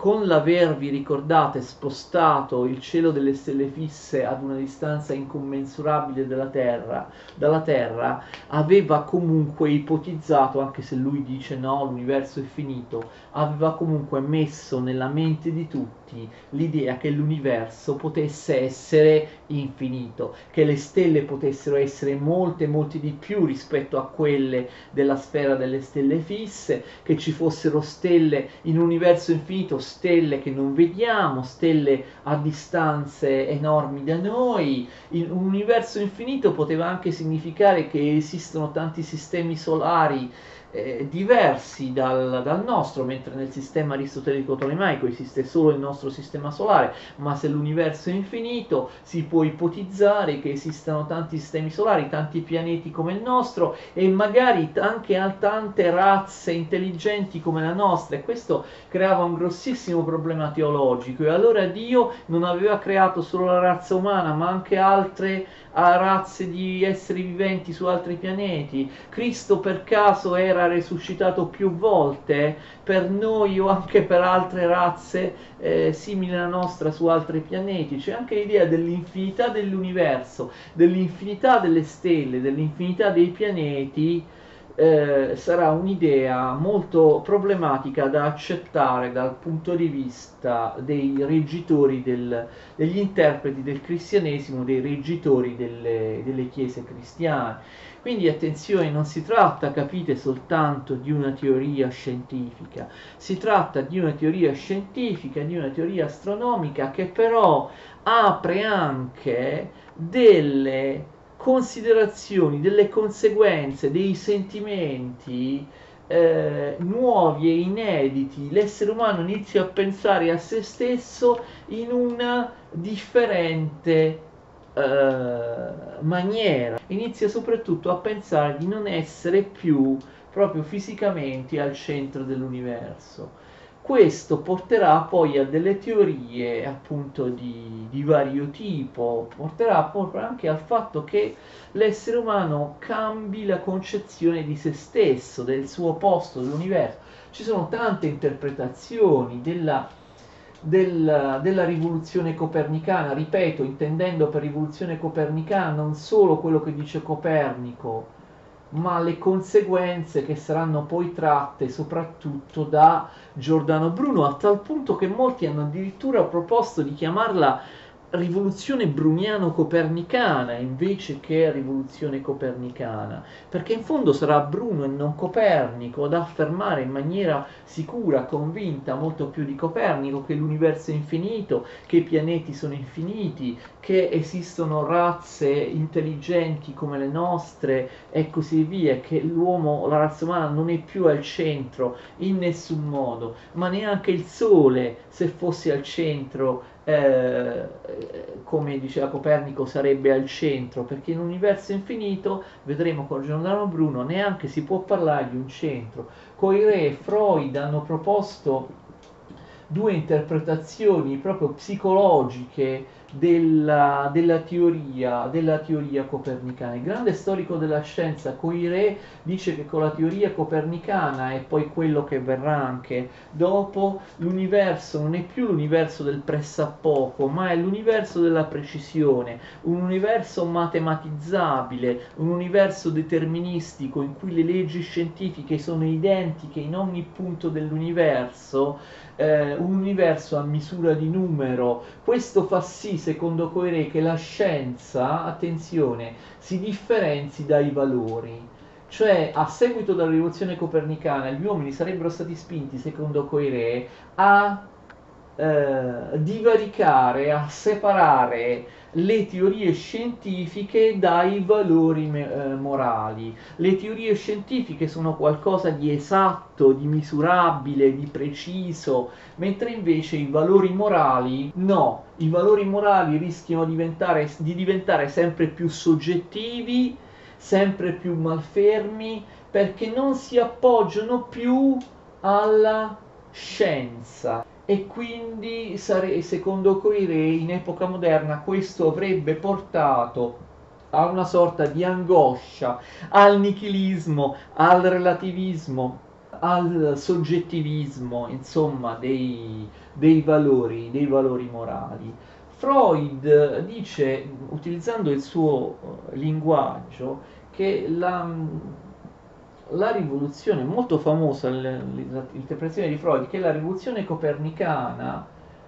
con l'aver, vi ricordate, spostato il cielo delle stelle fisse ad una distanza incommensurabile dalla Terra, dalla Terra, aveva comunque ipotizzato, anche se lui dice no, l'universo è finito, aveva comunque messo nella mente di tutti l'idea che l'universo potesse essere infinito, che le stelle potessero essere molte, molte di più rispetto a quelle della sfera delle stelle fisse, che ci fossero stelle in un universo infinito, stelle che non vediamo, stelle a distanze enormi da noi. In un universo infinito poteva anche significare che esistono tanti sistemi solari eh, diversi dal, dal nostro, mentre nel sistema aristotelico tolemaico esiste solo il nostro sistema solare, ma se l'universo è infinito si può ipotizzare che esistano tanti sistemi solari, tanti pianeti come il nostro e magari anche tante razze intelligenti come la nostra, e questo creava un grossissimo problema teologico. E allora Dio non aveva creato solo la razza umana, ma anche altre razze di esseri viventi su altri pianeti. Cristo per caso era resuscitato più volte per noi o anche per altre razze eh, simili alla nostra su altri pianeti? C'è anche l'idea dell'infinità dell'universo, dell'infinità delle stelle, dell'infinità dei pianeti. Eh, sarà un'idea molto problematica da accettare dal punto di vista dei reggitori, del, degli interpreti del cristianesimo, dei reggitori delle, delle chiese cristiane. Quindi attenzione, non si tratta, capite, soltanto di una teoria scientifica, si tratta di una teoria scientifica, di una teoria astronomica che però apre anche delle considerazioni, delle conseguenze, dei sentimenti eh, nuovi e inediti. L'essere umano inizia a pensare a se stesso in una differente eh, maniera, inizia soprattutto a pensare di non essere più proprio fisicamente al centro dell'universo. Questo porterà poi a delle teorie appunto di, di vario tipo, porterà poi anche al fatto che l'essere umano cambi la concezione di se stesso, del suo posto nell'universo. Ci sono tante interpretazioni della, della, della rivoluzione copernicana, ripeto, intendendo per rivoluzione copernicana non solo quello che dice Copernico, ma le conseguenze che saranno poi tratte soprattutto da Giordano Bruno, a tal punto che molti hanno addirittura proposto di chiamarla rivoluzione bruniano-copernicana invece che rivoluzione copernicana, perché in fondo sarà Bruno e non Copernico ad affermare in maniera sicura, convinta, molto più di Copernico, che l'universo è infinito, che i pianeti sono infiniti, che esistono razze intelligenti come le nostre e così via, che l'uomo, la razza umana non è più al centro in nessun modo, ma neanche il Sole, se fosse al centro, eh, come diceva Copernico, sarebbe al centro, perché in un universo infinito, vedremo con Giordano Bruno, neanche si può parlare di un centro. Coiré e Freud hanno proposto due interpretazioni proprio psicologiche della, della, teoria, della teoria copernicana. Il grande storico della scienza Coiré dice che con la teoria copernicana, e poi quello che verrà anche dopo, l'universo non è più l'universo del pressappoco, ma è l'universo della precisione, un universo matematizzabile, un universo deterministico in cui le leggi scientifiche sono identiche in ogni punto dell'universo, eh, un universo a misura di numero. Questo fa sì, secondo Coiré, che la scienza, attenzione, si differenzi dai valori. Cioè, a seguito della rivoluzione copernicana, gli uomini sarebbero stati spinti, secondo Coiré, a eh, divaricare, a separare le teorie scientifiche dai valori eh, morali. Le teorie scientifiche sono qualcosa di esatto, di misurabile, di preciso, mentre invece i valori morali no. I valori morali rischiano di diventare, di diventare sempre più soggettivi, sempre più malfermi, perché non si appoggiano più alla scienza. E quindi, secondo Coiré, in epoca moderna questo avrebbe portato a una sorta di angoscia, al nichilismo, al relativismo, al soggettivismo, insomma, dei, dei valori, dei valori morali. Freud dice, utilizzando il suo linguaggio, che la, la rivoluzione molto famosa, l'interpretazione di Freud, che la rivoluzione copernicana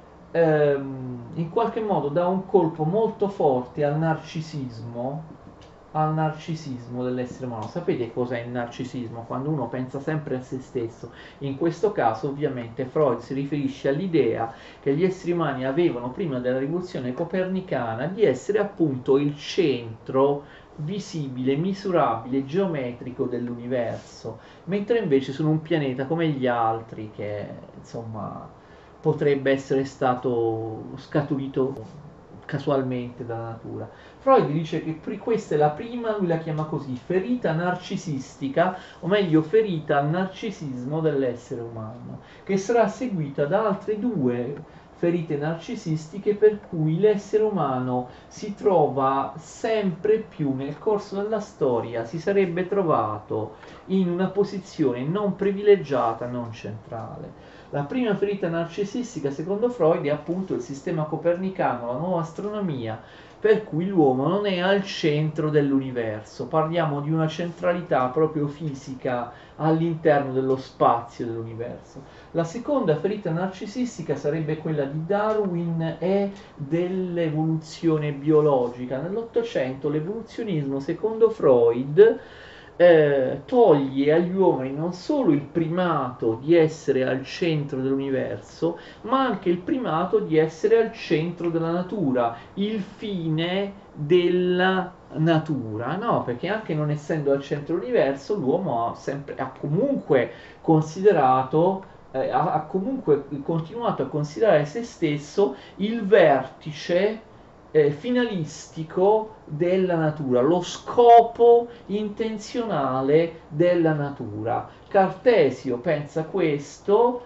ehm, in qualche modo dà un colpo molto forte al narcisismo, al narcisismo dell'essere umano. Sapete cos'è il narcisismo? Quando uno pensa sempre a se stesso. In questo caso ovviamente Freud si riferisce all'idea che gli esseri umani avevano prima della rivoluzione copernicana di essere appunto il centro visibile, misurabile, geometrico dell'universo, mentre invece sono un pianeta come gli altri che insomma potrebbe essere stato scaturito casualmente dalla natura. Freud dice che questa è la prima, lui la chiama così, ferita narcisistica, o meglio ferita al narcisismo dell'essere umano, che sarà seguita da altre due ferite narcisistiche per cui l'essere umano si trova sempre più nel corso della storia, si sarebbe trovato in una posizione non privilegiata, non centrale. La prima ferita narcisistica, secondo Freud, è appunto il sistema copernicano, la nuova astronomia, per cui l'uomo non è al centro dell'universo. Parliamo di una centralità proprio fisica all'interno dello spazio dell'universo. La seconda ferita narcisistica sarebbe quella di Darwin e dell'evoluzione biologica. Nell'Ottocento l'evoluzionismo, secondo Freud, eh, toglie agli uomini non solo il primato di essere al centro dell'universo, ma anche il primato di essere al centro della natura, il fine della natura, no? Perché anche non essendo al centro dell'universo, l'uomo ha, sempre, ha comunque considerato, eh, ha, ha comunque continuato a considerare se stesso il vertice eh, finalistico della natura, lo scopo intenzionale della natura. Cartesio pensa questo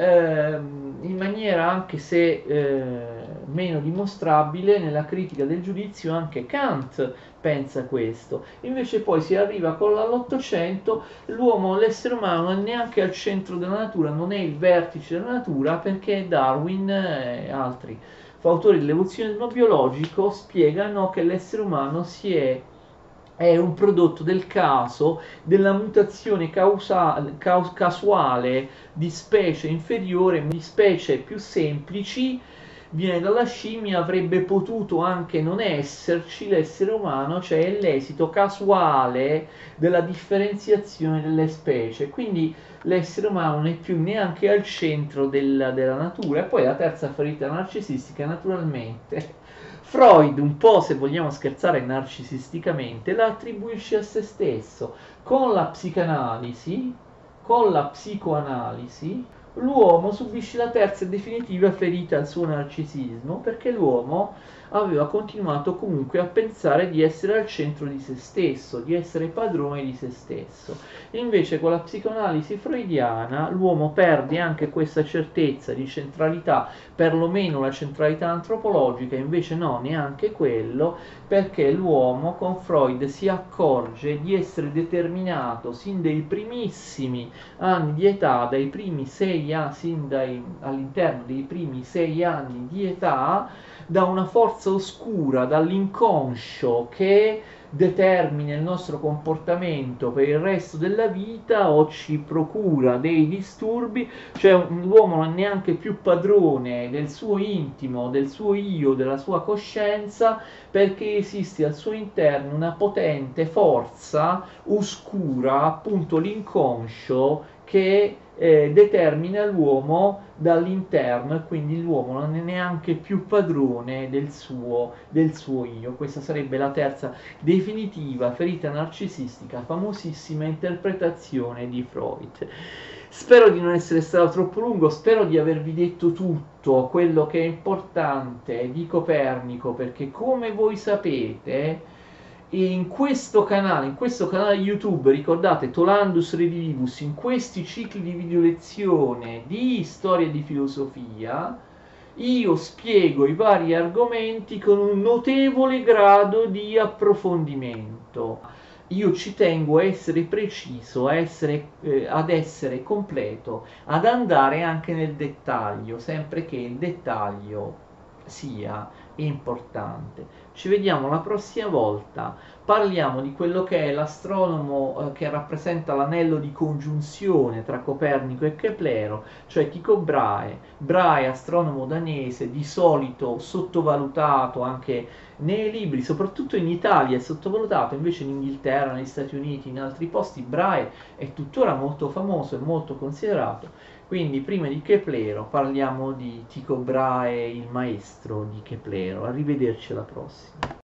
ehm, in maniera anche se eh, meno dimostrabile nella critica del giudizio. Anche Kant pensa questo. Invece poi si arriva con l'Ottocento, l'uomo, l'essere umano non è neanche al centro della natura, non è il vertice della natura, perché Darwin e altri autori dell'evoluzionismo biologico spiegano che l'essere umano si è, è un prodotto del caso, della mutazione causa, caus, casuale di specie inferiore, di specie più semplici. Viene dalla scimmia, avrebbe potuto anche non esserci l'essere umano, cioè l'esito casuale della differenziazione delle specie. Quindi l'essere umano non è più neanche al centro della, della natura. E poi la terza ferita narcisistica, naturalmente, Freud, un po' se vogliamo scherzare narcisisticamente, la attribuisce a se stesso. Con la psicanalisi, con la psicoanalisi, l'uomo subisce la terza e definitiva ferita al suo narcisismo, perché l'uomo aveva continuato comunque a pensare di essere al centro di se stesso, di essere padrone di se stesso. Invece con la psicoanalisi freudiana l'uomo perde anche questa certezza di centralità, perlomeno la centralità antropologica. Invece no, neanche quello, perché l'uomo con Freud si accorge di essere determinato sin dai primissimi anni di età, dai primi sei anni, sin dai, all'interno dei primi sei anni di età, da una forza oscura, dall'inconscio che determina il nostro comportamento per il resto della vita o ci procura dei disturbi. Cioè l'uomo non è neanche più padrone del suo intimo, del suo io, della sua coscienza, perché esiste al suo interno una potente forza oscura, appunto l'inconscio, che eh, determina l'uomo dall'interno, e quindi l'uomo non è neanche più padrone del suo, del suo io. Questa sarebbe la terza definitiva ferita narcisistica, famosissima interpretazione di Freud. Spero di non essere stato troppo lungo, spero di avervi detto tutto quello che è importante di Copernico, perché come voi sapete in questo canale, in questo canale YouTube, ricordate, Tolandus Redivivus, in questi cicli di video lezione di storia e di filosofia, io spiego i vari argomenti con un notevole grado di approfondimento. io ci tengo a essere preciso, a essere, eh, ad essere completo, ad andare anche nel dettaglio, sempre che il dettaglio sia importante. Ci vediamo la prossima volta, parliamo di quello che è l'astronomo eh, che rappresenta l'anello di congiunzione tra Copernico e Keplero, cioè Tycho Brahe. Brahe, astronomo danese, di solito sottovalutato anche nei libri, soprattutto in Italia è sottovalutato, invece in Inghilterra, negli Stati Uniti, in altri posti, Brahe è tuttora molto famoso e molto considerato. Quindi prima di Keplero parliamo di Tycho Brahe, il maestro di Keplero. Arrivederci alla prossima.